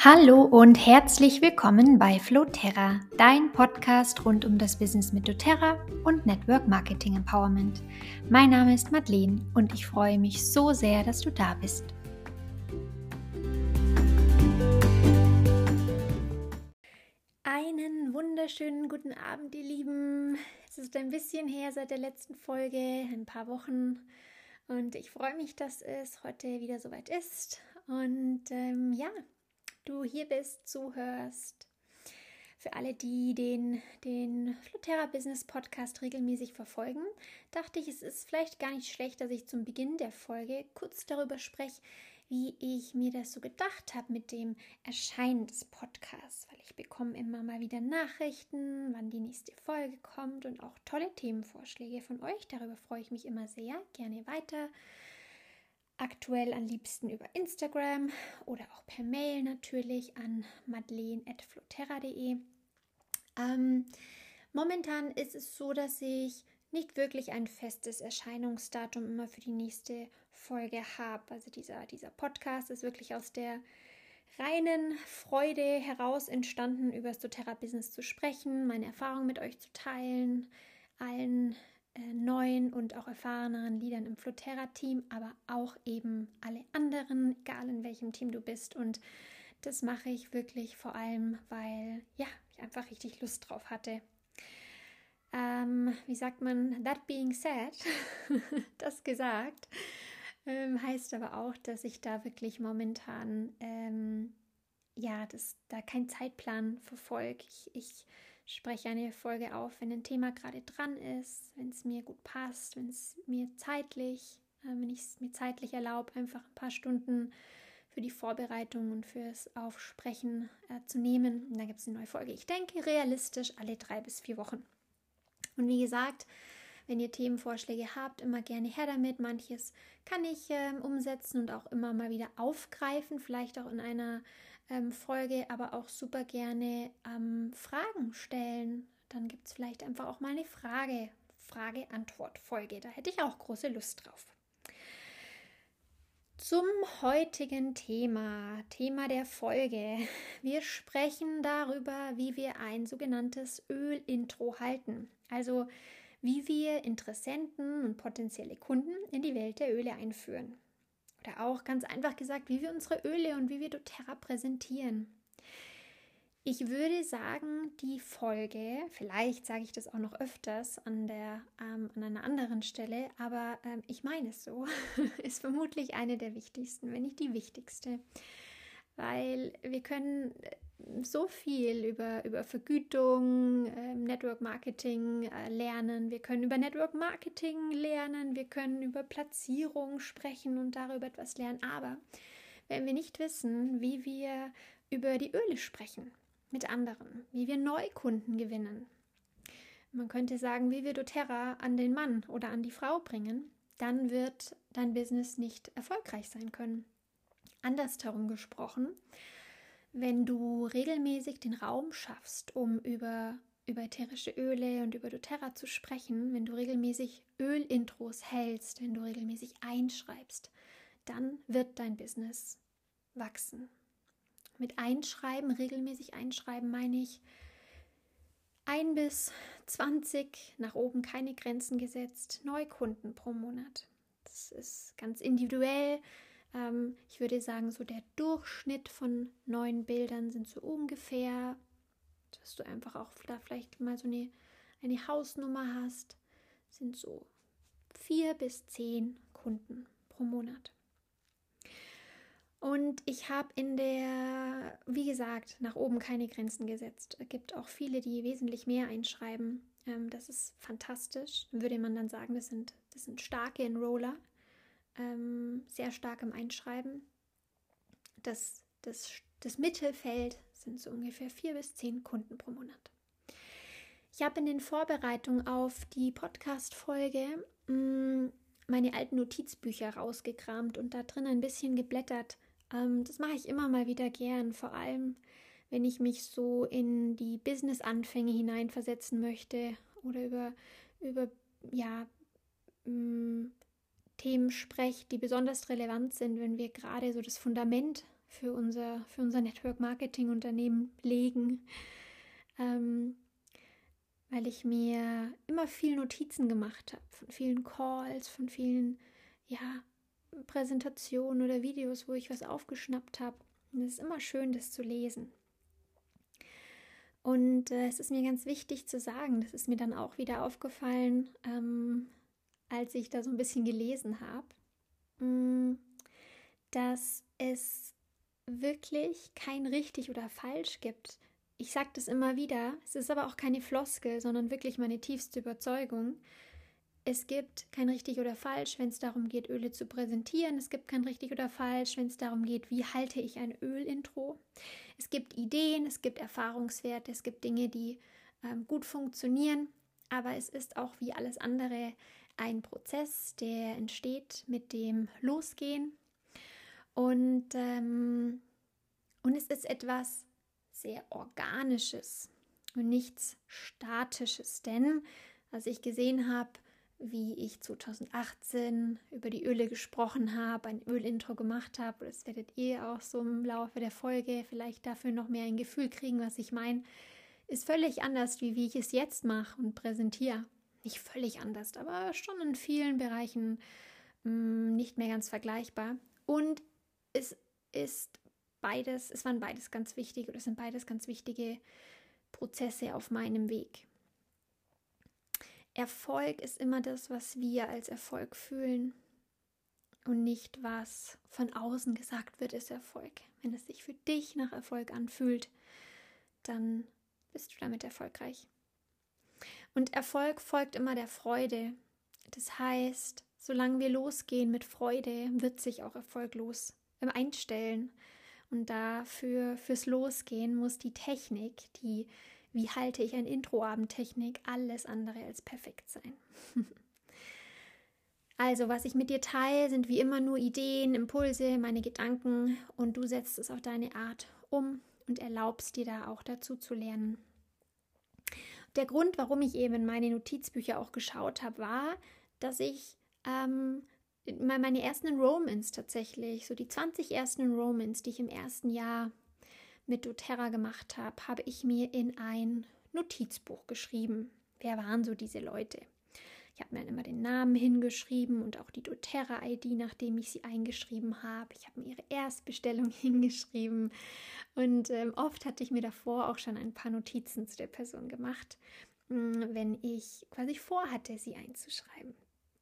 Hallo und herzlich willkommen bei flowterra, dein Podcast rund um das Business mit doTERRA und Network Marketing Empowerment. Mein Name ist Madeleine und ich freue mich so sehr, dass du da bist. Einen wunderschönen guten Abend, ihr Lieben. Es ist ein bisschen her seit der letzten Folge, ein paar Wochen. Und ich freue mich, dass es heute wieder soweit ist. Und du hier bist, zuhörst. Für alle, die den flowterra Business Podcast regelmäßig verfolgen, dachte ich, es ist vielleicht gar nicht schlecht, dass ich zum Beginn der Folge kurz darüber spreche, wie ich mir das so gedacht habe mit dem Erscheinen des Podcasts, weil ich bekomme immer mal wieder Nachrichten, wann die nächste Folge kommt und auch tolle Themenvorschläge von euch. Darüber freue ich mich immer sehr. Gerne weiter. Aktuell am liebsten über Instagram oder auch per Mail natürlich an madeleine@flowterra.de. Momentan ist es so, dass ich nicht wirklich ein festes Erscheinungsdatum immer für die nächste Folge habe. Also dieser Podcast ist wirklich aus der reinen Freude heraus entstanden, über das doTERRA-Business zu sprechen, meine Erfahrungen mit euch zu teilen, allen neuen und auch erfahreneren Leadern im flowterra-Team, aber auch eben alle anderen, egal in welchem Team du bist. Und das mache ich wirklich vor allem, weil ich einfach richtig Lust drauf hatte. Wie sagt man, that being said, das gesagt, heißt aber auch, dass ich da wirklich momentan da kein Zeitplan verfolge. Ich spreche eine Folge auf, wenn ein Thema gerade dran ist, wenn es mir gut passt, wenn es mir wenn ich es mir zeitlich erlaube, einfach ein paar Stunden für die Vorbereitung und fürs Aufsprechen zu nehmen. Und dann gibt es eine neue Folge. Ich denke realistisch alle 3 bis 4 Wochen. Und wie gesagt, wenn ihr Themenvorschläge habt, immer gerne her damit. Manches kann ich umsetzen und auch immer mal wieder aufgreifen, vielleicht auch in einer Folge, aber auch super gerne Fragen stellen. Dann gibt es vielleicht einfach auch mal eine Frage-Antwort-Folge. Da hätte ich auch große Lust drauf. Zum heutigen Thema der Folge. Wir sprechen darüber, wie wir ein sogenanntes Öl-Intro halten. Also wie wir Interessenten und potenzielle Kunden in die Welt der Öle einführen. Oder auch ganz einfach gesagt, wie wir unsere Öle und wie wir doTERRA präsentieren. Ich würde sagen, die Folge, vielleicht sage ich das auch noch öfters an einer anderen Stelle, aber ich meine es so, ist vermutlich eine der wichtigsten, wenn nicht die wichtigste. Weil wir können so viel über Vergütung, Network Marketing lernen. Wir können über Network Marketing lernen. Wir können über Platzierung sprechen und darüber etwas lernen. Aber wenn wir nicht wissen, wie wir über die Öle sprechen mit anderen, wie wir Neukunden gewinnen, man könnte sagen, wie wir doTERRA an den Mann oder an die Frau bringen, dann wird dein Business nicht erfolgreich sein können. Andersherum gesprochen, wenn du regelmäßig den Raum schaffst, um über ätherische Öle und über doTERRA zu sprechen, wenn du regelmäßig Ölintros hältst, wenn du regelmäßig einschreibst, dann wird dein Business wachsen. Mit regelmäßig einschreiben, meine ich 1 bis 20, nach oben keine Grenzen gesetzt, Neukunden pro Monat. Das ist ganz individuell. Ich würde sagen, so der Durchschnitt von neuen Bildern sind so ungefähr, dass du einfach auch da vielleicht mal so eine Hausnummer hast, sind so 4 bis 10 Kunden pro Monat. Und ich habe wie gesagt, nach oben keine Grenzen gesetzt. Es gibt auch viele, die wesentlich mehr einschreiben. Das ist fantastisch. Würde man dann sagen, das sind starke Enroller. Sehr stark im Einschreiben. Das Mittelfeld sind so ungefähr 4 bis 10 Kunden pro Monat. Ich habe in den Vorbereitungen auf die Podcast-Folge meine alten Notizbücher rausgekramt und da drin ein bisschen geblättert. Das mache ich immer mal wieder gern, vor allem wenn ich mich so in die Business-Anfänge hineinversetzen möchte oder über Themen spreche, die besonders relevant sind, wenn wir gerade so das Fundament für unser Network-Marketing-Unternehmen legen, weil ich mir immer viel Notizen gemacht habe, von vielen Calls, von vielen Präsentationen oder Videos, wo ich was aufgeschnappt habe. Und es ist immer schön, das zu lesen. Und es ist mir ganz wichtig zu sagen, das ist mir dann auch wieder aufgefallen, als ich da so ein bisschen gelesen habe, dass es wirklich kein richtig oder falsch gibt. Ich sage das immer wieder, es ist aber auch keine Floskel, sondern wirklich meine tiefste Überzeugung. Es gibt kein richtig oder falsch, wenn es darum geht, Öle zu präsentieren. Es gibt kein richtig oder falsch, wenn es darum geht, wie halte ich ein Ölintro. Es gibt Ideen, es gibt Erfahrungswerte, es gibt Dinge, die gut funktionieren. Aber es ist auch wie alles andere ein Prozess, der entsteht mit dem Losgehen. Und es ist etwas sehr Organisches und nichts Statisches. Denn als ich gesehen habe, wie ich 2018 über die Öle gesprochen habe, ein Ölintro gemacht habe, das werdet ihr auch so im Laufe der Folge vielleicht dafür noch mehr ein Gefühl kriegen, was ich meine, ist völlig anders, wie ich es jetzt mache und präsentiere. Nicht völlig anders, aber schon in vielen Bereichen nicht mehr ganz vergleichbar. Und es waren beides ganz wichtige, oder es sind beides ganz wichtige Prozesse auf meinem Weg. Erfolg ist immer das, was wir als Erfolg fühlen und nicht, was von außen gesagt wird, ist Erfolg. Wenn es sich für dich nach Erfolg anfühlt, dann bist du damit erfolgreich. Und Erfolg folgt immer der Freude. Das heißt, solange wir losgehen mit Freude, wird sich auch Erfolg einstellen. Und dafür, fürs Losgehen muss die Technik, wie halte ich ein Introabend-Technik, alles andere als perfekt sein. Also, was ich mit dir teile, sind wie immer nur Ideen, Impulse, meine Gedanken und du setzt es auf deine Art um und erlaubst dir da auch dazu zu lernen. Der Grund, warum ich eben in meine Notizbücher auch geschaut habe, war, dass ich meine ersten Enrollments tatsächlich, so die 20 ersten Enrollments, die ich im ersten Jahr mit doTERRA gemacht habe, habe ich mir in ein Notizbuch geschrieben. Wer waren so diese Leute? Ich habe mir dann immer den Namen hingeschrieben und auch die doTERRA-ID, nachdem ich sie eingeschrieben habe. Ich habe mir ihre Erstbestellung hingeschrieben und oft hatte ich mir davor auch schon ein paar Notizen zu der Person gemacht, wenn ich quasi vorhatte, sie einzuschreiben.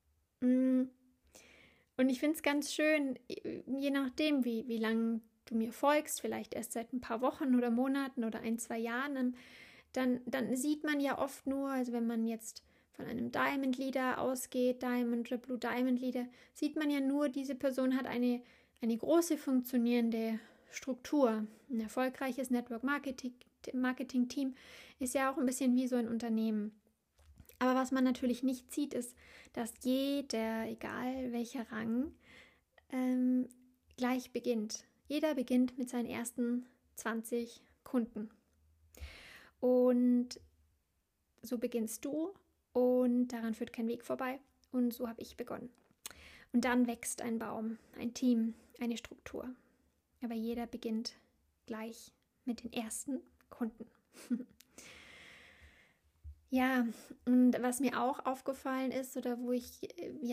Und ich finde es ganz schön, je nachdem, wie lange du mir folgst, vielleicht erst seit ein paar Wochen oder Monaten oder 1-2 Jahren, dann sieht man ja oft nur, also wenn man jetzt von einem Diamond Leader ausgeht, Diamond oder Blue Diamond Leader, sieht man ja nur, diese Person hat eine große funktionierende Struktur. Ein erfolgreiches Network Marketing Team ist ja auch ein bisschen wie so ein Unternehmen. Aber was man natürlich nicht sieht, ist, dass jeder, egal welcher Rang, gleich beginnt. Jeder beginnt mit seinen ersten 20 Kunden. Und so beginnst du und daran führt kein Weg vorbei. Und so habe ich begonnen. Und dann wächst ein Baum, ein Team, eine Struktur. Aber jeder beginnt gleich mit den ersten Kunden. Ja, und was mir auch aufgefallen ist, oder wo ich,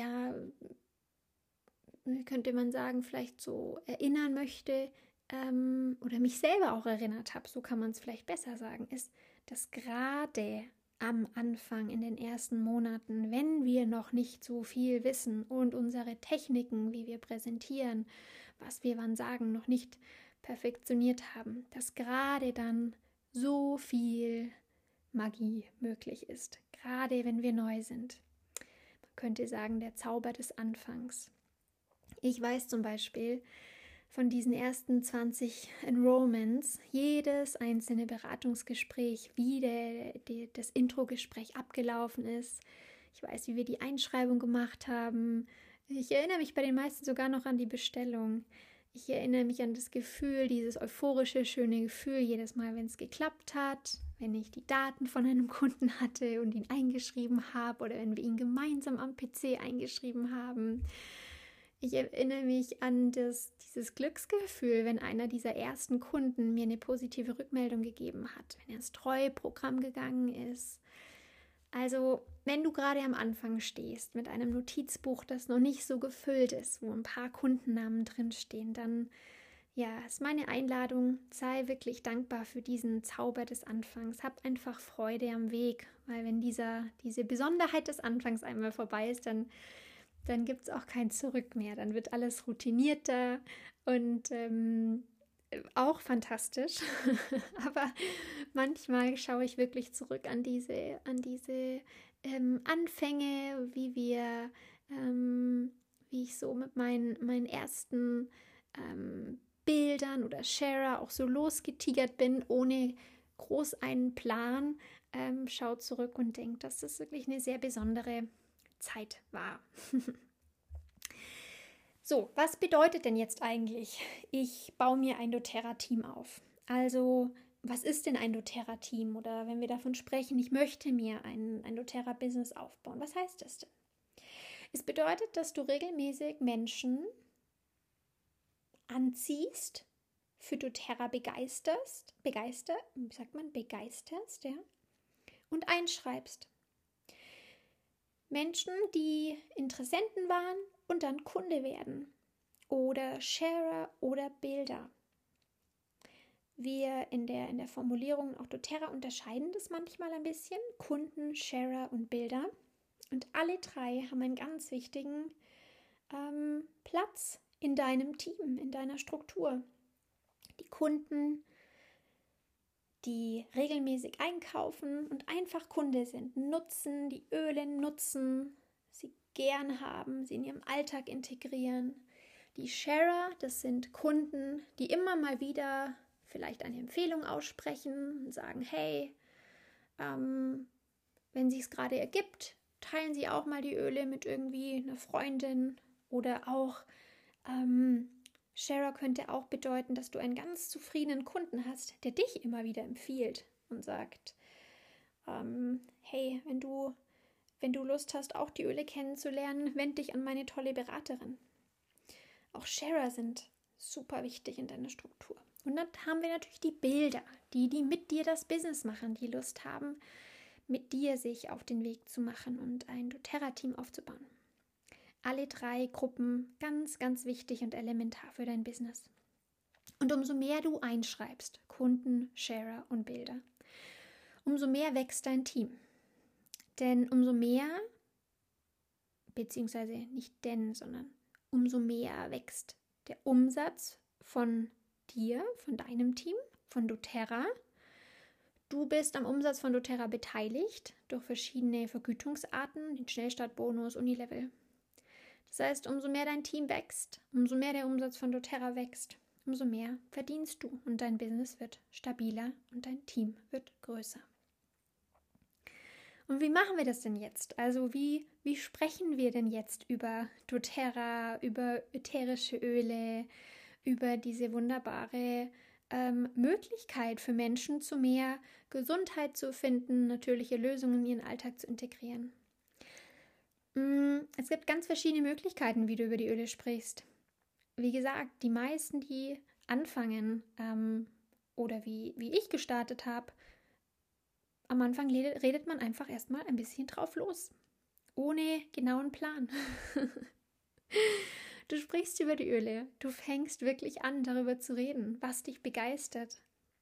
könnte man sagen, vielleicht so erinnern möchte, oder mich selber auch erinnert habe, so kann man es vielleicht besser sagen, ist, dass gerade am Anfang in den ersten Monaten, wenn wir noch nicht so viel wissen und unsere Techniken, wie wir präsentieren, was wir wann sagen, noch nicht perfektioniert haben, dass gerade dann so viel Magie möglich ist, gerade wenn wir neu sind. Man könnte sagen, der Zauber des Anfangs. Ich weiß zum Beispiel von diesen ersten 20 Enrollments, jedes einzelne Beratungsgespräch, wie das Intro-Gespräch abgelaufen ist. Ich weiß, wie wir die Einschreibung gemacht haben. Ich erinnere mich bei den meisten sogar noch an die Bestellung. Ich erinnere mich an das Gefühl, dieses euphorische, schöne Gefühl, jedes Mal, wenn es geklappt hat, wenn ich die Daten von einem Kunden hatte und ihn eingeschrieben habe oder wenn wir ihn gemeinsam am PC eingeschrieben haben. Ich erinnere mich an dieses Glücksgefühl, wenn einer dieser ersten Kunden mir eine positive Rückmeldung gegeben hat, wenn er ins Treueprogramm gegangen ist. Also, wenn du gerade am Anfang stehst mit einem Notizbuch, das noch nicht so gefüllt ist, wo ein paar Kundennamen drinstehen, dann ja, ist meine Einladung, sei wirklich dankbar für diesen Zauber des Anfangs. Hab einfach Freude am Weg, weil wenn diese Besonderheit des Anfangs einmal vorbei ist, dann gibt es auch kein Zurück mehr. Dann wird alles routinierter und auch fantastisch. Aber manchmal schaue ich wirklich zurück an diese Anfänge, wie ich so mit meinen ersten Bildern oder Sharer auch so losgetigert bin, ohne groß einen Plan, schau zurück und denke, dass das wirklich eine sehr besondere Zeit war. So, was bedeutet denn jetzt eigentlich, ich baue mir ein doTERRA-Team auf? Also, was ist denn ein doTERRA-Team? Oder wenn wir davon sprechen, ich möchte mir ein doTERRA-Business aufbauen, was heißt das denn? Es bedeutet, dass du regelmäßig Menschen anziehst, für doTERRA begeisterst, ja, und einschreibst. Menschen, die Interessenten waren und dann Kunde werden oder Sharer oder Bilder. Wir in der Formulierung auch doTERRA unterscheiden das manchmal ein bisschen, Kunden, Sharer und Bilder. Und alle drei haben einen ganz wichtigen Platz in deinem Team, in deiner Struktur. Die Kunden, die regelmäßig einkaufen und einfach Kunde sind, nutzen, die Öle nutzen, sie gern haben, sie in ihrem Alltag integrieren. Die Sharer, das sind Kunden, die immer mal wieder vielleicht eine Empfehlung aussprechen und sagen, hey, wenn sich es gerade ergibt, teilen Sie auch mal die Öle mit irgendwie einer Freundin oder auch Sharer könnte auch bedeuten, dass du einen ganz zufriedenen Kunden hast, der dich immer wieder empfiehlt und sagt, hey, wenn du Lust hast, auch die Öle kennenzulernen, wend dich an meine tolle Beraterin. Auch Sharer sind super wichtig in deiner Struktur. Und dann haben wir natürlich die Bilder, die mit dir das Business machen, die Lust haben, mit dir sich auf den Weg zu machen und ein doTERRA-Team aufzubauen. Alle drei Gruppen ganz, ganz wichtig und elementar für dein Business. Und umso mehr du einschreibst, Kunden, Sharer und Bilder, umso mehr wächst dein Team. Denn umso mehr, beziehungsweise nicht denn, sondern umso mehr wächst der Umsatz von dir, von deinem Team, von doTERRA. Du bist am Umsatz von doTERRA beteiligt durch verschiedene Vergütungsarten, den Schnellstartbonus, Unilevel. Das heißt, umso mehr dein Team wächst, umso mehr der Umsatz von doTERRA wächst, umso mehr verdienst du und dein Business wird stabiler und dein Team wird größer. Und wie machen wir das denn jetzt? Also wie sprechen wir denn jetzt über doTERRA, über ätherische Öle, über diese wunderbare Möglichkeit für Menschen zu mehr Gesundheit zu finden, natürliche Lösungen in ihren Alltag zu integrieren? Es gibt ganz verschiedene Möglichkeiten, wie du über die Öle sprichst. Wie gesagt, die meisten, die anfangen oder wie ich gestartet habe, am Anfang redet man einfach erstmal ein bisschen drauf los, ohne genauen Plan. Du sprichst über die Öle, du fängst wirklich an, darüber zu reden, was dich begeistert.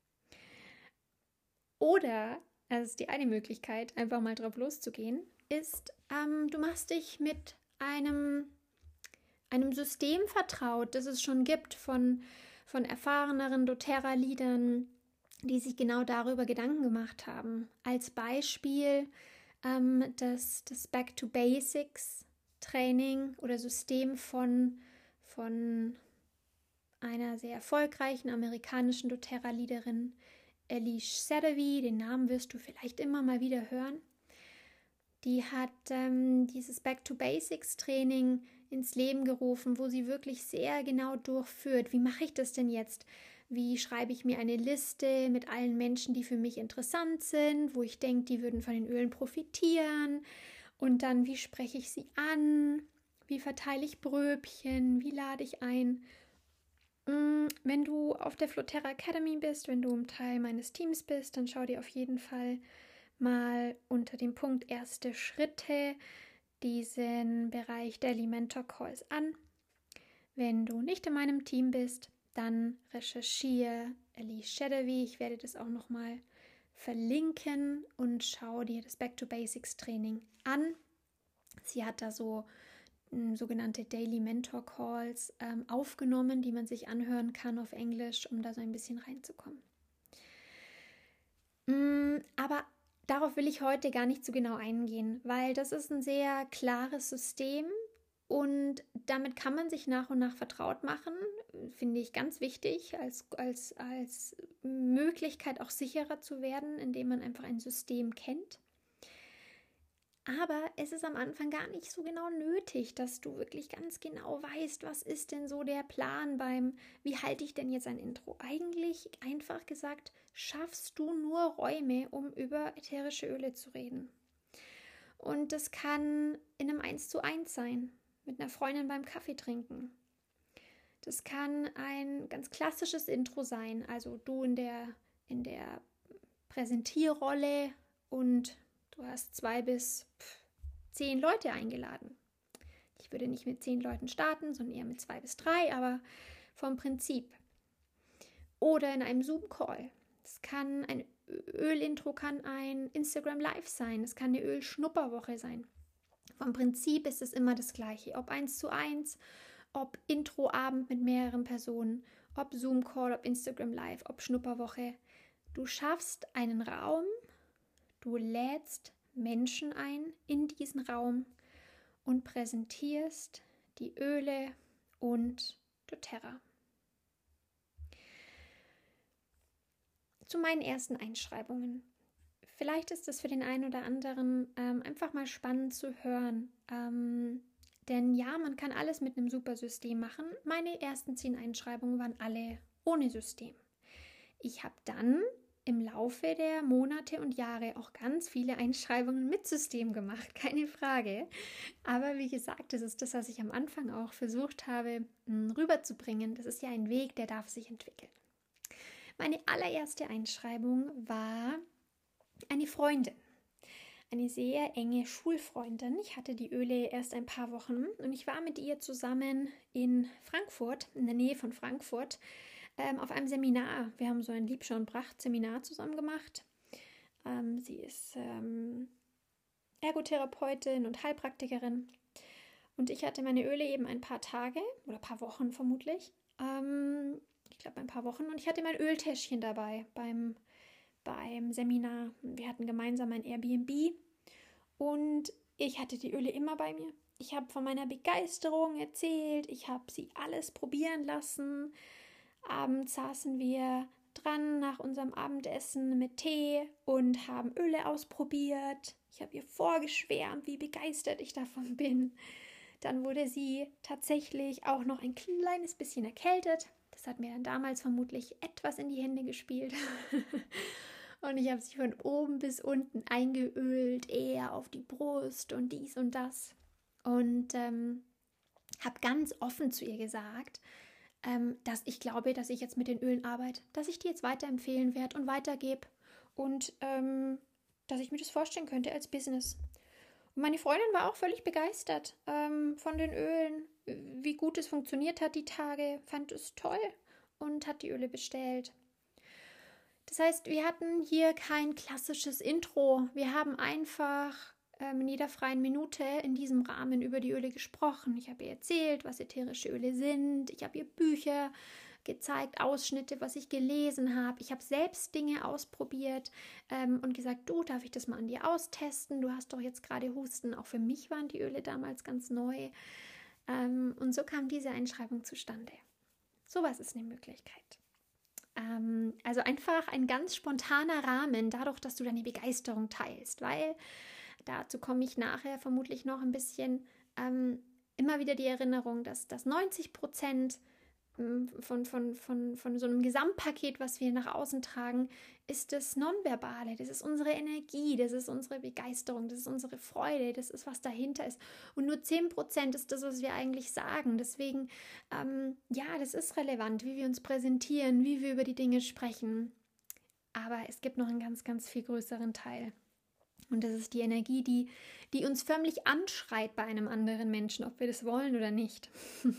Oder, das ist die eine Möglichkeit, einfach mal drauf loszugehen, ist, du machst dich mit einem System vertraut, das es schon gibt von erfahreneren doTERRA-Leadern, die sich genau darüber Gedanken gemacht haben. Als Beispiel das Back to Basics Training oder System von einer sehr erfolgreichen amerikanischen doTERRA-Leaderin, Elish Sadavi, den Namen wirst du vielleicht immer mal wieder hören. Die hat dieses Back-to-Basics-Training ins Leben gerufen, wo sie wirklich sehr genau durchführt, wie mache ich das denn jetzt? Wie schreibe ich mir eine Liste mit allen Menschen, die für mich interessant sind, wo ich denke, die würden von den Ölen profitieren? Und dann, wie spreche ich sie an? Wie verteile ich Bröbchen? Wie lade ich ein? Wenn du auf der Floterra Academy bist, wenn du ein Teil meines Teams bist, dann schau dir auf jeden Fall mal unter dem Punkt erste Schritte diesen Bereich Daily Mentor Calls an. Wenn du nicht in meinem Team bist, dann recherchiere Elise Shadawi. Ich werde das auch nochmal verlinken und schau dir das Back to Basics Training an. Sie hat da so sogenannte Daily Mentor Calls aufgenommen, die man sich anhören kann auf Englisch, um da so ein bisschen reinzukommen. Aber darauf will ich heute gar nicht so genau eingehen, weil das ist ein sehr klares System und damit kann man sich nach und nach vertraut machen, finde ich ganz wichtig, als Möglichkeit auch sicherer zu werden, indem man einfach ein System kennt. Aber es ist am Anfang gar nicht so genau nötig, dass du wirklich ganz genau weißt, was ist denn so der Plan wie halte ich denn jetzt ein Intro? Eigentlich, einfach gesagt, schaffst du nur Räume, um über ätherische Öle zu reden. Und das kann in einem 1:1 sein, mit einer Freundin beim Kaffee trinken. Das kann ein ganz klassisches Intro sein, also du in der Präsentierrolle und du hast 2 bis 10 Leute eingeladen. Ich würde nicht mit 10 Leuten starten, sondern eher mit 2 bis 3, aber vom Prinzip. Oder in einem Zoom-Call. Ein Ölintro kann ein Instagram Live sein. Es kann eine Ölschnupperwoche sein. Vom Prinzip ist es immer das Gleiche. Ob 1:1, ob Introabend mit mehreren Personen, ob Zoom-Call, ob Instagram Live, ob Schnupperwoche. Du schaffst einen Raum, du lädst Menschen ein in diesen Raum und präsentierst die Öle und doTERRA. Zu meinen ersten Einschreibungen. Vielleicht ist es für den einen oder anderen einfach mal spannend zu hören. Denn ja, man kann alles mit einem super System machen. Meine ersten 10 Einschreibungen waren alle ohne System. Ich habe dann im Laufe der Monate und Jahre auch ganz viele Einschreibungen mit System gemacht, keine Frage. Aber wie gesagt, das ist das, was ich am Anfang auch versucht habe rüberzubringen. Das ist ja ein Weg, der darf sich entwickeln. Meine allererste Einschreibung war eine Freundin, eine sehr enge Schulfreundin. Ich hatte die Öle erst ein paar Wochen und ich war mit ihr zusammen in Frankfurt, in der Nähe von Frankfurt, auf einem Seminar. Wir haben so ein Liebscher und Pracht-Seminar zusammen gemacht. Sie ist Ergotherapeutin und Heilpraktikerin. Und ich hatte meine Öle eben ein paar Tage oder ein paar Wochen vermutlich. Ich glaube ein paar Wochen. Und ich hatte mein Öltäschchen dabei beim Seminar. Wir hatten gemeinsam ein Airbnb. Und ich hatte die Öle immer bei mir. Ich habe von meiner Begeisterung erzählt. Ich habe sie alles probieren lassen. Abends saßen wir dran nach unserem Abendessen mit Tee und haben Öle ausprobiert. Ich habe ihr vorgeschwärmt, wie begeistert ich davon bin. Dann wurde sie tatsächlich auch noch ein kleines bisschen erkältet. Das hat mir dann damals vermutlich etwas in die Hände gespielt. Und ich habe sie von oben bis unten eingeölt, eher auf die Brust und dies und das. Und habe ganz offen zu ihr gesagt, dass ich glaube, dass ich jetzt mit den Ölen arbeite, dass ich die jetzt weiterempfehlen werde und weitergebe und dass ich mir das vorstellen könnte als Business. Und meine Freundin war auch völlig begeistert von den Ölen, wie gut es funktioniert hat die Tage, fand es toll und hat die Öle bestellt. Das heißt, wir hatten hier kein klassisches Intro. Wir haben einfach in jeder freien Minute in diesem Rahmen über die Öle gesprochen. Ich habe ihr erzählt, was ätherische Öle sind. Ich habe ihr Bücher gezeigt, Ausschnitte, was ich gelesen habe. Ich habe selbst Dinge ausprobiert und gesagt, du, darf ich das mal an dir austesten? Du hast doch jetzt gerade Husten. Auch für mich waren die Öle damals ganz neu. Und so kam diese Einschreibung zustande. Sowas ist eine Möglichkeit. Also einfach ein ganz spontaner Rahmen, dadurch, dass du deine Begeisterung teilst, weil dazu komme ich nachher vermutlich noch ein bisschen immer wieder die Erinnerung, dass 90% von so einem Gesamtpaket, was wir nach außen tragen, ist das Nonverbale. Das ist unsere Energie, das ist unsere Begeisterung, das ist unsere Freude, das ist, was dahinter ist. Und nur 10% ist das, was wir eigentlich sagen. Deswegen, ja, das ist relevant, wie wir uns präsentieren, wie wir über die Dinge sprechen. Aber es gibt noch einen ganz, ganz viel größeren Teil. Und das ist die Energie, die uns förmlich anschreit bei einem anderen Menschen, ob wir das wollen oder nicht.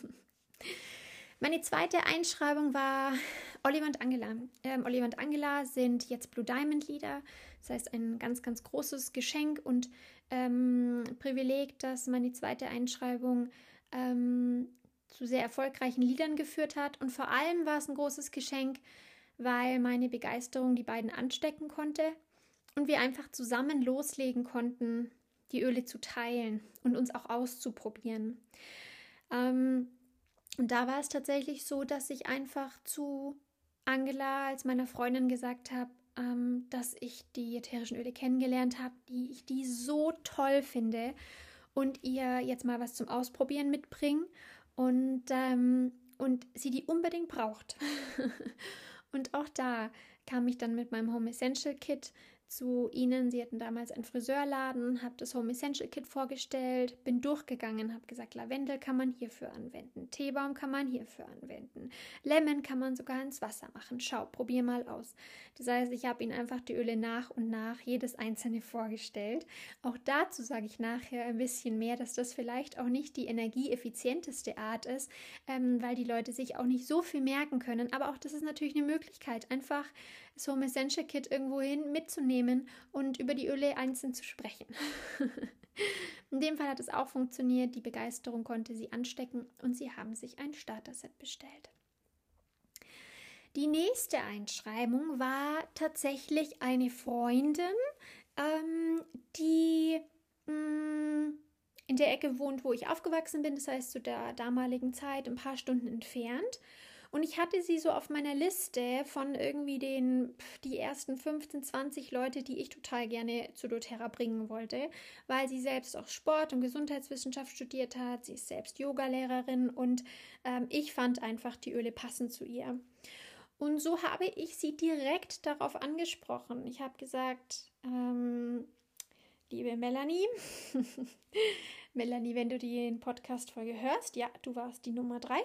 Meine zweite Einschreibung war Oliver und Angela. Oliver und Angela sind jetzt Blue Diamond Leader. Das heißt, ein ganz, ganz großes Geschenk und Privileg, dass meine zweite Einschreibung zu sehr erfolgreichen Liedern geführt hat. Und vor allem war es ein großes Geschenk, weil meine Begeisterung die beiden anstecken konnte und wir einfach zusammen loslegen konnten, die Öle zu teilen und uns auch auszuprobieren. Und da war es tatsächlich so, dass ich einfach zu Angela als meiner Freundin gesagt habe, dass ich die ätherischen Öle kennengelernt habe, die ich die so toll finde und ihr jetzt mal was zum Ausprobieren mitbringen und sie die unbedingt braucht. Und auch da kam ich dann mit meinem Home Essential Kit zu ihnen. Sie hatten damals einen Friseurladen, habe das Home Essential Kit vorgestellt, bin durchgegangen, habe gesagt, Lavendel kann man hierfür anwenden, Teebaum kann man hierfür anwenden, Lemon kann man sogar ins Wasser machen. Schau, probier mal aus. Das heißt, ich habe ihnen einfach die Öle nach und nach jedes einzelne vorgestellt. Auch dazu sage ich nachher ein bisschen mehr, dass das vielleicht auch nicht die energieeffizienteste Art ist, weil die Leute sich auch nicht so viel merken können. Aber auch das ist natürlich eine Möglichkeit, einfach das Home Essential Kit irgendwohin mitzunehmen und über die Öle einzeln zu sprechen. In dem Fall hat es auch funktioniert, die Begeisterung konnte sie anstecken und sie haben sich ein Starter-Set bestellt. Die nächste Einschreibung war tatsächlich eine Freundin, die in der Ecke wohnt, wo ich aufgewachsen bin, das heißt zu der damaligen Zeit ein paar Stunden entfernt. Und ich hatte sie so auf meiner Liste von irgendwie die ersten 15, 20 Leute, die ich total gerne zu doTERRA bringen wollte, weil sie selbst auch Sport- und Gesundheitswissenschaft studiert hat. Sie ist selbst Yogalehrerin und ich fand einfach, die Öle passen zu ihr. Und so habe ich sie direkt darauf angesprochen. Ich habe gesagt, liebe Melanie, Melanie, wenn du die Podcast-Folge hörst, ja, du warst die Nummer 3.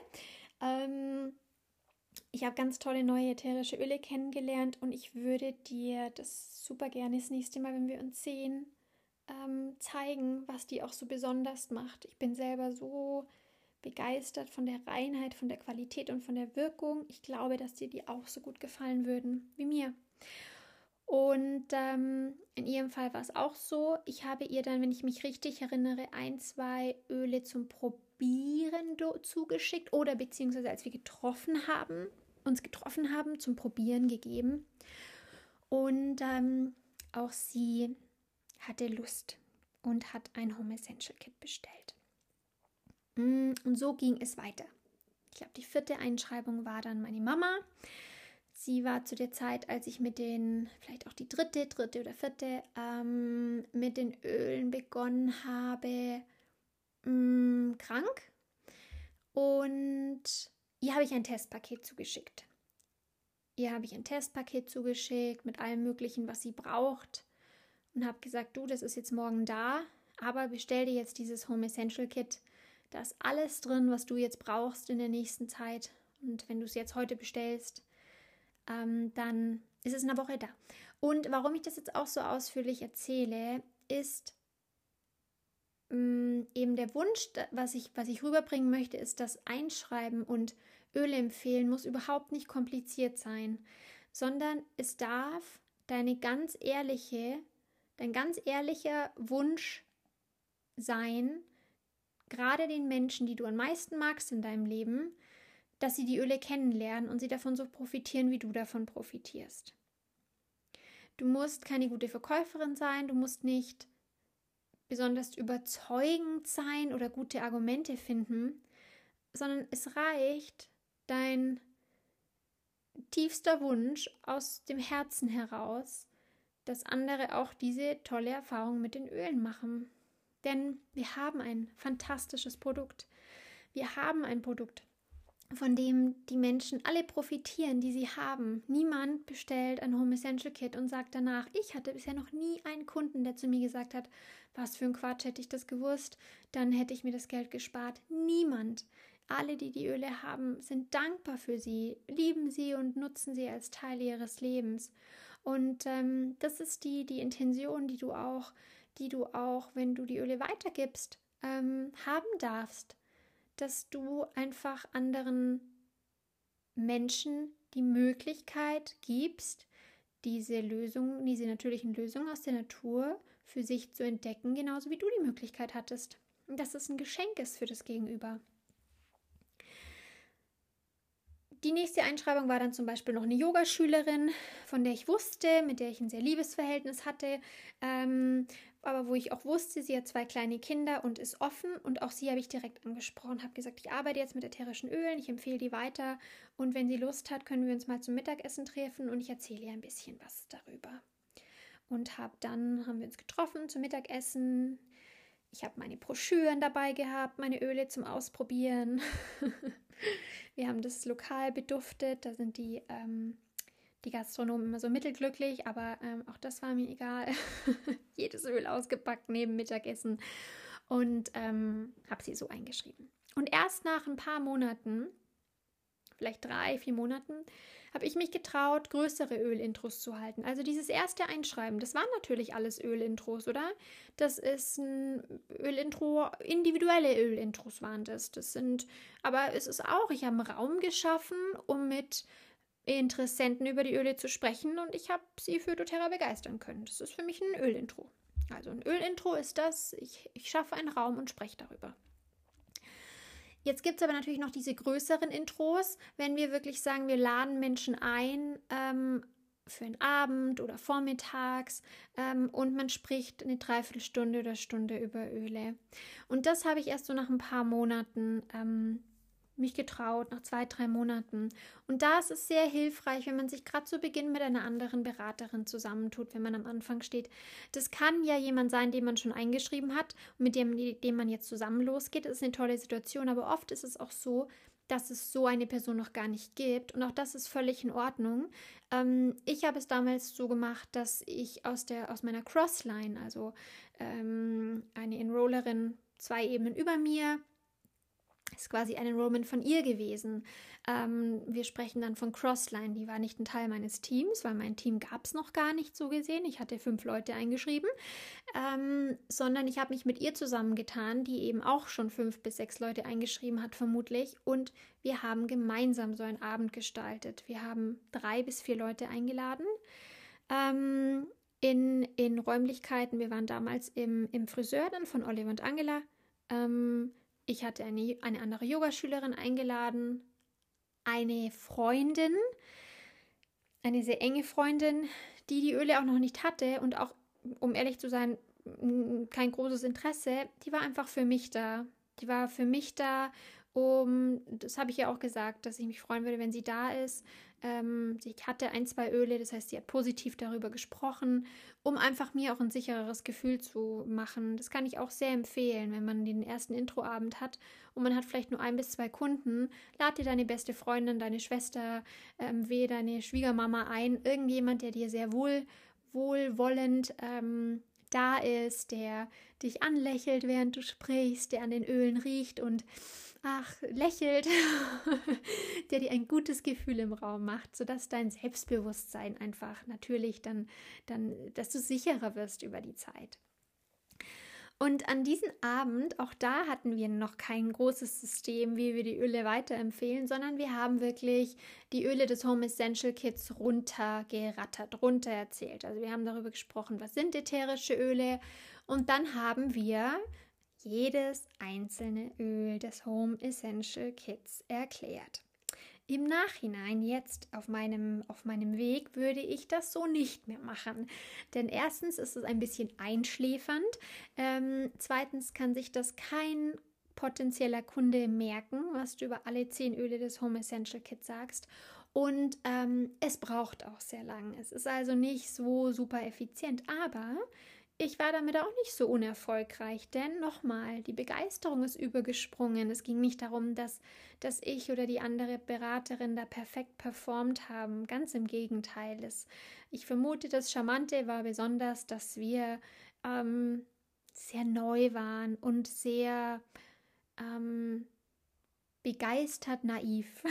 Ich habe ganz tolle neue ätherische Öle kennengelernt und ich würde dir das super gerne das nächste Mal, wenn wir uns sehen, zeigen, was die auch so besonders macht. Ich bin selber so begeistert von der Reinheit, von der Qualität und von der Wirkung. Ich glaube, dass dir die auch so gut gefallen würden wie mir. Und in ihrem Fall war es auch so. Ich habe ihr dann, wenn ich mich richtig erinnere, 1, 2 Öle zum Probieren zugeschickt oder beziehungsweise als wir uns getroffen haben, zum Probieren gegeben. Und auch sie hatte Lust und hat ein Home Essential Kit bestellt. Und so ging es weiter. Ich glaube, die 4. Einschreibung war dann meine Mama. Sie war zu der Zeit, als ich mit den, vielleicht auch die 3. oder 4. Mit den Ölen begonnen habe, krank. Und ihr habe ich ein Testpaket zugeschickt. Mit allem Möglichen, was sie braucht. Und habe gesagt, du, das ist jetzt morgen da, aber bestell dir jetzt dieses Home Essential Kit. Da ist alles drin, was du jetzt brauchst in der nächsten Zeit. Und wenn du es jetzt heute bestellst, dann ist es in einer Woche da. Und warum ich das jetzt auch so ausführlich erzähle, ist eben der Wunsch, was ich rüberbringen möchte, ist, dass Einschreiben und Öle empfehlen muss überhaupt nicht kompliziert sein, sondern es darf dein ganz ehrlicher Wunsch sein, gerade den Menschen, die du am meisten magst in deinem Leben, dass sie die Öle kennenlernen und sie davon so profitieren, wie du davon profitierst. Du musst keine gute Verkäuferin sein, du musst nicht besonders überzeugend sein oder gute Argumente finden, sondern es reicht dein tiefster Wunsch aus dem Herzen heraus, dass andere auch diese tolle Erfahrung mit den Ölen machen. Denn wir haben ein fantastisches Produkt. Wir haben ein Produkt, von dem die Menschen alle profitieren, die sie haben. Niemand bestellt ein Home Essential Kit und sagt danach, ich hatte bisher noch nie einen Kunden, der zu mir gesagt hat, was für ein Quatsch, hätte ich das gewusst, dann hätte ich mir das Geld gespart. Niemand. Alle, die die Öle haben, sind dankbar für sie, lieben sie und nutzen sie als Teil ihres Lebens. Und das ist die Intention, die du auch, wenn du die Öle weitergibst, haben darfst, dass du einfach anderen Menschen die Möglichkeit gibst, diese natürlichen Lösungen aus der Natur für sich zu entdecken, genauso wie du die Möglichkeit hattest. Dass es ein Geschenk ist für das Gegenüber. Die nächste Einschreibung war dann zum Beispiel noch eine Yogaschülerin, von der ich wusste, mit der ich ein sehr liebes Verhältnis hatte, aber wo ich auch wusste, sie hat 2 kleine Kinder und ist offen, und auch sie habe ich direkt angesprochen, habe gesagt, ich arbeite jetzt mit ätherischen Ölen, ich empfehle die weiter, und wenn sie Lust hat, können wir uns mal zum Mittagessen treffen und ich erzähle ihr ein bisschen was darüber. Und haben wir uns getroffen zum Mittagessen. Ich habe meine Broschüren dabei gehabt, meine Öle zum Ausprobieren. Wir haben das Lokal beduftet, da sind die Gastronomen immer so mittelglücklich, aber auch das war mir egal. Jedes Öl ausgepackt neben Mittagessen und habe sie so eingeschrieben. Und erst nach ein paar Monaten, vielleicht 3, 4 Monaten, habe ich mich getraut, größere Ölintros zu halten. Also dieses erste Einschreiben, das waren natürlich alles Ölintros, oder? Das ist ein Ölintro, individuelle Ölintros waren das. Aber es ist auch, ich habe einen Raum geschaffen, um mit Interessenten über die Öle zu sprechen, und ich habe sie für doTERRA begeistern können. Das ist für mich ein Ölintro. Also ein Ölintro ist das, ich schaffe einen Raum und spreche darüber. Jetzt gibt es aber natürlich noch diese größeren Intros, wenn wir wirklich sagen, wir laden Menschen ein für einen Abend oder vormittags und man spricht eine Dreiviertelstunde oder Stunde über Öle. Und das habe ich erst so nach ein paar Monaten mich getraut, nach 2, 3 Monaten. Und da ist es sehr hilfreich, wenn man sich gerade zu Beginn mit einer anderen Beraterin zusammentut, wenn man am Anfang steht. Das kann ja jemand sein, den man schon eingeschrieben hat und mit dem man jetzt zusammen losgeht. Das ist eine tolle Situation, aber oft ist es auch so, dass es so eine Person noch gar nicht gibt, und auch das ist völlig in Ordnung. Ich habe es damals so gemacht, dass ich aus meiner Crossline, also eine Enrollerin 2 Ebenen über mir, ist quasi ein Enrollment von ihr gewesen. Wir sprechen dann von Crossline, die war nicht ein Teil meines Teams, weil mein Team gab es noch gar nicht so gesehen. Ich hatte 5 Leute eingeschrieben, sondern ich habe mich mit ihr zusammengetan, die eben auch schon 5 bis 6 Leute eingeschrieben hat, vermutlich. Und wir haben gemeinsam so einen Abend gestaltet. Wir haben 3 bis 4 Leute eingeladen in Räumlichkeiten. Wir waren damals im Friseur dann von Oliver und Angela. Ich hatte eine andere Yogaschülerin eingeladen, eine Freundin, eine sehr enge Freundin, die Öle auch noch nicht hatte und auch, um ehrlich zu sein, kein großes Interesse. Die war einfach für mich da. Das habe ich ja auch gesagt, dass ich mich freuen würde, wenn sie da ist. Sie hatte 1, 2 Öle, das heißt, sie hat positiv darüber gesprochen, um einfach mir auch ein sichereres Gefühl zu machen. Das kann ich auch sehr empfehlen, wenn man den ersten Introabend hat und man hat vielleicht nur 1 bis 2 Kunden. Lad dir deine beste Freundin, deine Schwester, deine Schwiegermama ein, irgendjemand, der dir sehr wohlwollend da ist, der dich anlächelt, während du sprichst, der an den Ölen riecht und lächelt, der dir ein gutes Gefühl im Raum macht, sodass dein Selbstbewusstsein einfach natürlich dann, dass du sicherer wirst über die Zeit. Und an diesem Abend, auch da hatten wir noch kein großes System, wie wir die Öle weiterempfehlen, sondern wir haben wirklich die Öle des Home Essential Kits runtergerattert, runtererzählt. Also wir haben darüber gesprochen, was sind ätherische Öle, und dann haben wir jedes einzelne Öl des Home Essential Kits erklärt. Im Nachhinein jetzt auf meinem Weg würde ich das so nicht mehr machen, denn erstens ist es ein bisschen einschläfernd, zweitens kann sich das kein potenzieller Kunde merken, was du über alle 10 Öle des Home Essential Kits sagst, und es braucht auch sehr lang. Es ist also nicht so super effizient, aber ich war damit auch nicht so unerfolgreich, denn nochmal, die Begeisterung ist übergesprungen. Es ging nicht darum, dass ich oder die andere Beraterin da perfekt performt haben. Ganz im Gegenteil. Ich vermute, das Charmante war besonders, dass wir sehr neu waren und sehr begeistert naiv.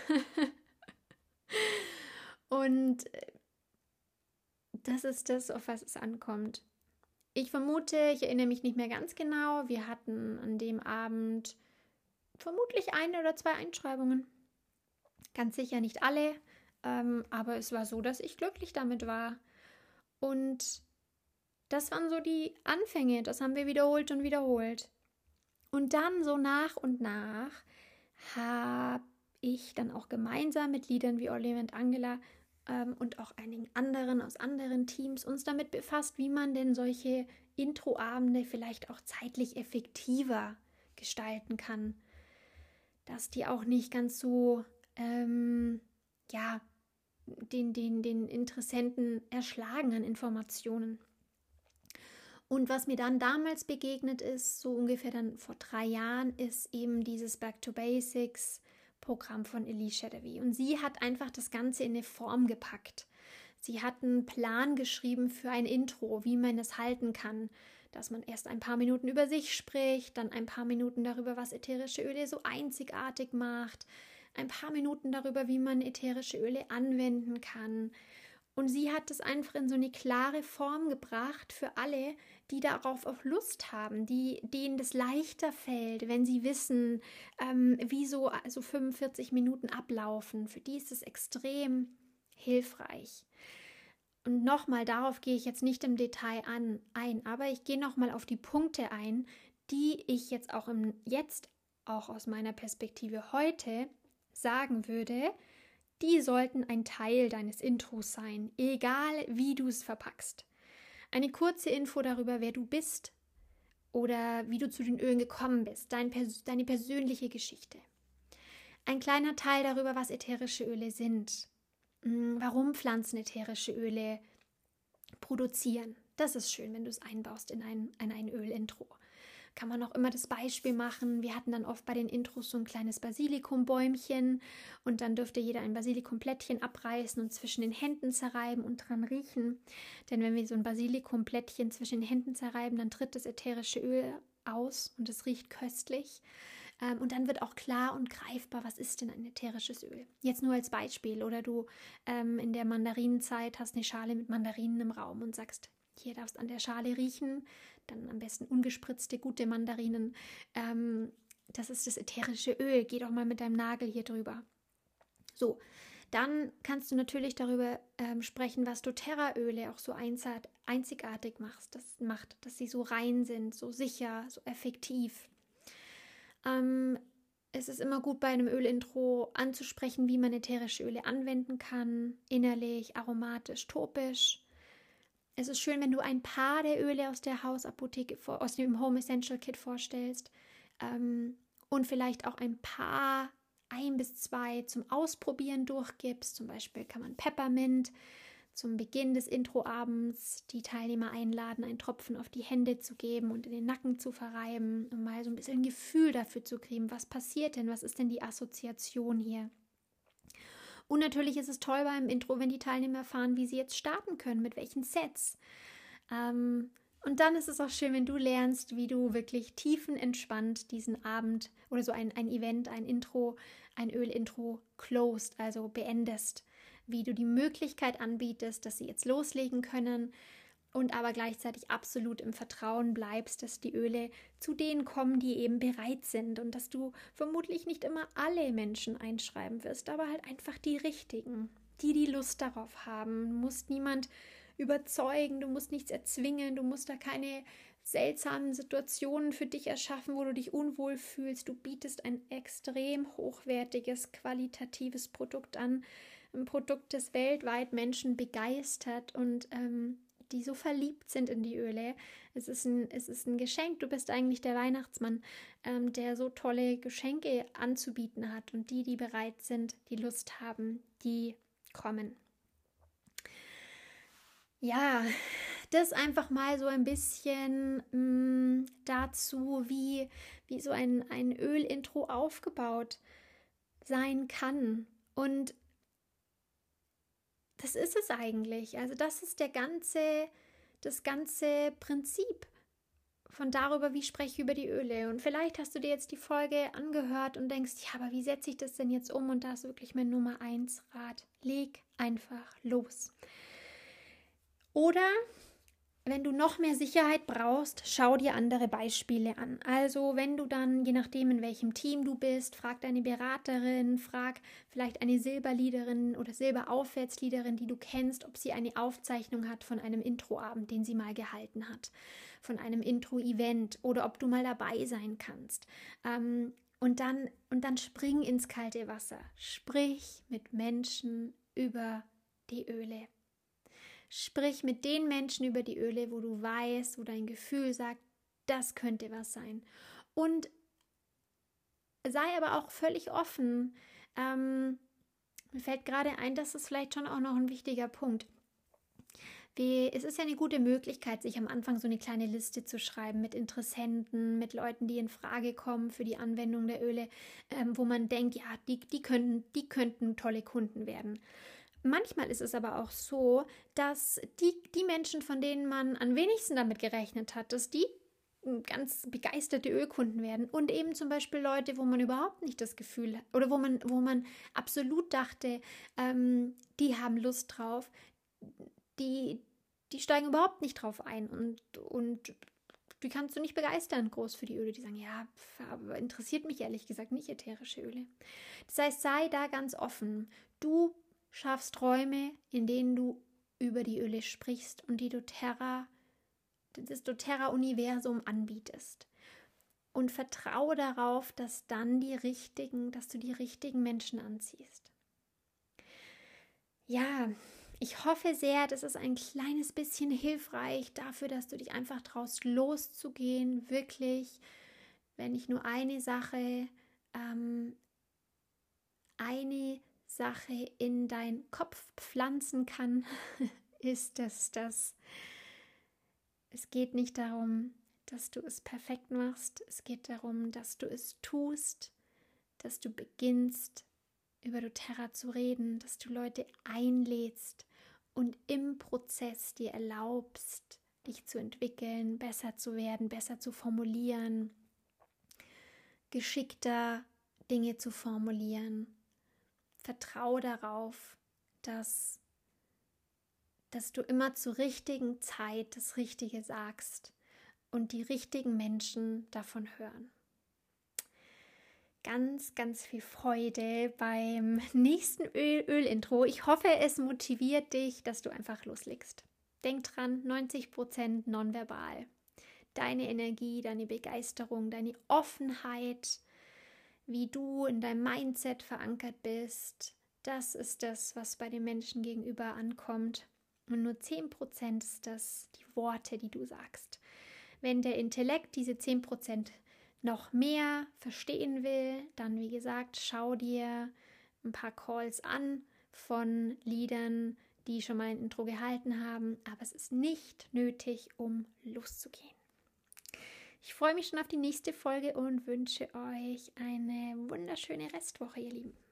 Und das ist das, auf was es ankommt. Ich vermute, ich erinnere mich nicht mehr ganz genau, wir hatten an dem Abend vermutlich 1 oder 2 Einschreibungen. Ganz sicher nicht alle, aber es war so, dass ich glücklich damit war. Und das waren so die Anfänge, das haben wir wiederholt und wiederholt. Und dann so nach und nach habe ich dann auch gemeinsam mit Leadern wie Oliver und Angela und auch einigen anderen aus anderen Teams uns damit befasst, wie man denn solche Introabende vielleicht auch zeitlich effektiver gestalten kann. Dass die auch nicht ganz so den Interessenten erschlagen an Informationen. Und was mir dann damals begegnet ist, so ungefähr dann vor 3 Jahren, ist eben dieses Back to Basics Programm von Elise Shadavi. Und sie hat einfach das Ganze in eine Form gepackt. Sie hat einen Plan geschrieben für ein Intro, wie man es halten kann. Dass man erst ein paar Minuten über sich spricht, dann ein paar Minuten darüber, was ätherische Öle so einzigartig macht, ein paar Minuten darüber, wie man ätherische Öle anwenden kann. Und sie hat es einfach in so eine klare Form gebracht für alle, die darauf auch Lust haben, denen das leichter fällt, wenn sie wissen, wie so 45 Minuten ablaufen. Für die ist es extrem hilfreich. Und nochmal, darauf gehe ich jetzt nicht im Detail ein, aber ich gehe nochmal auf die Punkte ein, die ich jetzt auch aus meiner Perspektive heute sagen würde, die sollten ein Teil deines Intros sein, egal wie du es verpackst. Eine kurze Info darüber, wer du bist oder wie du zu den Ölen gekommen bist, deine persönliche Geschichte. Ein kleiner Teil darüber, was ätherische Öle sind, warum Pflanzen ätherische Öle produzieren. Das ist schön, wenn du es einbaust in ein Öl-Intro. Kann man auch immer das Beispiel machen. Wir hatten dann oft bei den Intros so ein kleines Basilikumbäumchen und dann dürfte jeder ein Basilikumblättchen abreißen und zwischen den Händen zerreiben und dran riechen. Denn wenn wir so ein Basilikumblättchen zwischen den Händen zerreiben, dann tritt das ätherische Öl aus und es riecht köstlich. Und dann wird auch klar und greifbar, was ist denn ein ätherisches Öl. Jetzt nur als Beispiel. Oder du in der Mandarinenzeit hast eine Schale mit Mandarinen im Raum und sagst, hier darfst du an der Schale riechen, dann am besten ungespritzte, gute Mandarinen. Das ist das ätherische Öl. Geh doch mal mit deinem Nagel hier drüber. So, dann kannst du natürlich darüber sprechen, was doTERRA-Öle auch so einzigartig macht, dass sie so rein sind, so sicher, so effektiv. Es ist immer gut, bei einem Ölintro anzusprechen, wie man ätherische Öle anwenden kann, innerlich, aromatisch, topisch. Es ist schön, wenn du ein paar der Öle aus der Hausapotheke, aus dem Home Essential Kit vorstellst und vielleicht auch ein paar, 1 bis 2 zum Ausprobieren durchgibst. Zum Beispiel kann man Peppermint zum Beginn des Introabends die Teilnehmer einladen, einen Tropfen auf die Hände zu geben und in den Nacken zu verreiben, um mal so ein bisschen ein Gefühl dafür zu kriegen, was passiert denn, was ist denn die Assoziation hier. Und natürlich ist es toll beim Intro, wenn die Teilnehmer erfahren, wie sie jetzt starten können, mit welchen Sets. Und dann ist es auch schön, wenn du lernst, wie du wirklich tiefenentspannt diesen Abend oder so ein Event, ein Intro, ein Öl-Intro closed, also beendest. Wie du die Möglichkeit anbietest, dass sie jetzt loslegen können und aber gleichzeitig absolut im Vertrauen bleibst, dass die Öle zu denen kommen, die eben bereit sind und dass du vermutlich nicht immer alle Menschen einschreiben wirst, aber halt einfach die richtigen, die Lust darauf haben. Du musst niemand überzeugen, du musst nichts erzwingen, du musst da keine seltsamen Situationen für dich erschaffen, wo du dich unwohl fühlst. Du bietest ein extrem hochwertiges, qualitatives Produkt an, ein Produkt, das weltweit Menschen begeistert und die so verliebt sind in die Öle. Es ist ein Geschenk. Du bist eigentlich der Weihnachtsmann, der so tolle Geschenke anzubieten hat. Und die bereit sind, die Lust haben, die kommen. Ja, das einfach mal so ein bisschen dazu, wie so ein Ölintro aufgebaut sein kann. Und das ist es eigentlich. Also das ist das ganze Prinzip von darüber, wie spreche ich über die Öle. Und vielleicht hast du dir jetzt die Folge angehört und denkst, ja, aber wie setze ich das denn jetzt um? Und da ist wirklich mein Nummer 1 Rat. Leg einfach los. Oder wenn du noch mehr Sicherheit brauchst, schau dir andere Beispiele an. Also wenn du dann, je nachdem in welchem Team du bist, frag deine Beraterin, frag vielleicht eine Silberleaderin oder Silberaufwärtsleaderin, die du kennst, ob sie eine Aufzeichnung hat von einem Introabend, den sie mal gehalten hat, von einem Intro-Event oder ob du mal dabei sein kannst. Und dann spring ins kalte Wasser. Sprich mit Menschen über die Öle. Sprich mit den Menschen über die Öle, wo du weißt, wo dein Gefühl sagt, das könnte was sein. Und sei aber auch völlig offen. Mir fällt gerade ein, das ist vielleicht schon auch noch ein wichtiger Punkt. Es ist ja eine gute Möglichkeit, sich am Anfang so eine kleine Liste zu schreiben mit Interessenten, mit Leuten, die in Frage kommen für die Anwendung der Öle, wo man denkt, ja, die könnten tolle Kunden werden. Manchmal ist es aber auch so, dass die Menschen, von denen man am wenigsten damit gerechnet hat, dass die ganz begeisterte Ölkunden werden und eben zum Beispiel Leute, wo man überhaupt nicht das Gefühl oder wo man absolut dachte, die haben Lust drauf, die steigen überhaupt nicht drauf ein und die kannst du nicht begeistern groß für die Öle. Die sagen, ja, aber interessiert mich ehrlich gesagt nicht ätherische Öle. Das heißt, sei da ganz offen. Du schaffst Räume, in denen du über die Öle sprichst und das doTERRA-Universum anbietest. Und vertraue darauf, dass du die richtigen Menschen anziehst. Ja, ich hoffe sehr, das ist ein kleines bisschen hilfreich dafür, dass du dich einfach traust, loszugehen, wirklich, wenn ich nur eine Sache in deinen Kopf pflanzen kann, ist, dass es geht nicht darum, dass du es perfekt machst. Es geht darum, dass du es tust, dass du beginnst, über doTERRA zu reden, dass du Leute einlädst und im Prozess dir erlaubst, dich zu entwickeln, besser zu werden, besser zu formulieren, geschickter Dinge zu formulieren. Vertraue darauf, dass du immer zur richtigen Zeit das Richtige sagst und die richtigen Menschen davon hören. Ganz, ganz viel Freude beim nächsten Ölintro. Ich hoffe, es motiviert dich, dass du einfach loslegst. Denk dran, 90% nonverbal. Deine Energie, deine Begeisterung, deine Offenheit, wie du in deinem Mindset verankert bist, das ist das, was bei den Menschen gegenüber ankommt. Und nur 10% ist das die Worte, die du sagst. Wenn der Intellekt diese 10% noch mehr verstehen will, dann wie gesagt, schau dir ein paar Calls an von Leadern, die schon mal ein Intro gehalten haben, aber es ist nicht nötig, um loszugehen. Ich freue mich schon auf die nächste Folge und wünsche euch eine wunderschöne Restwoche, ihr Lieben.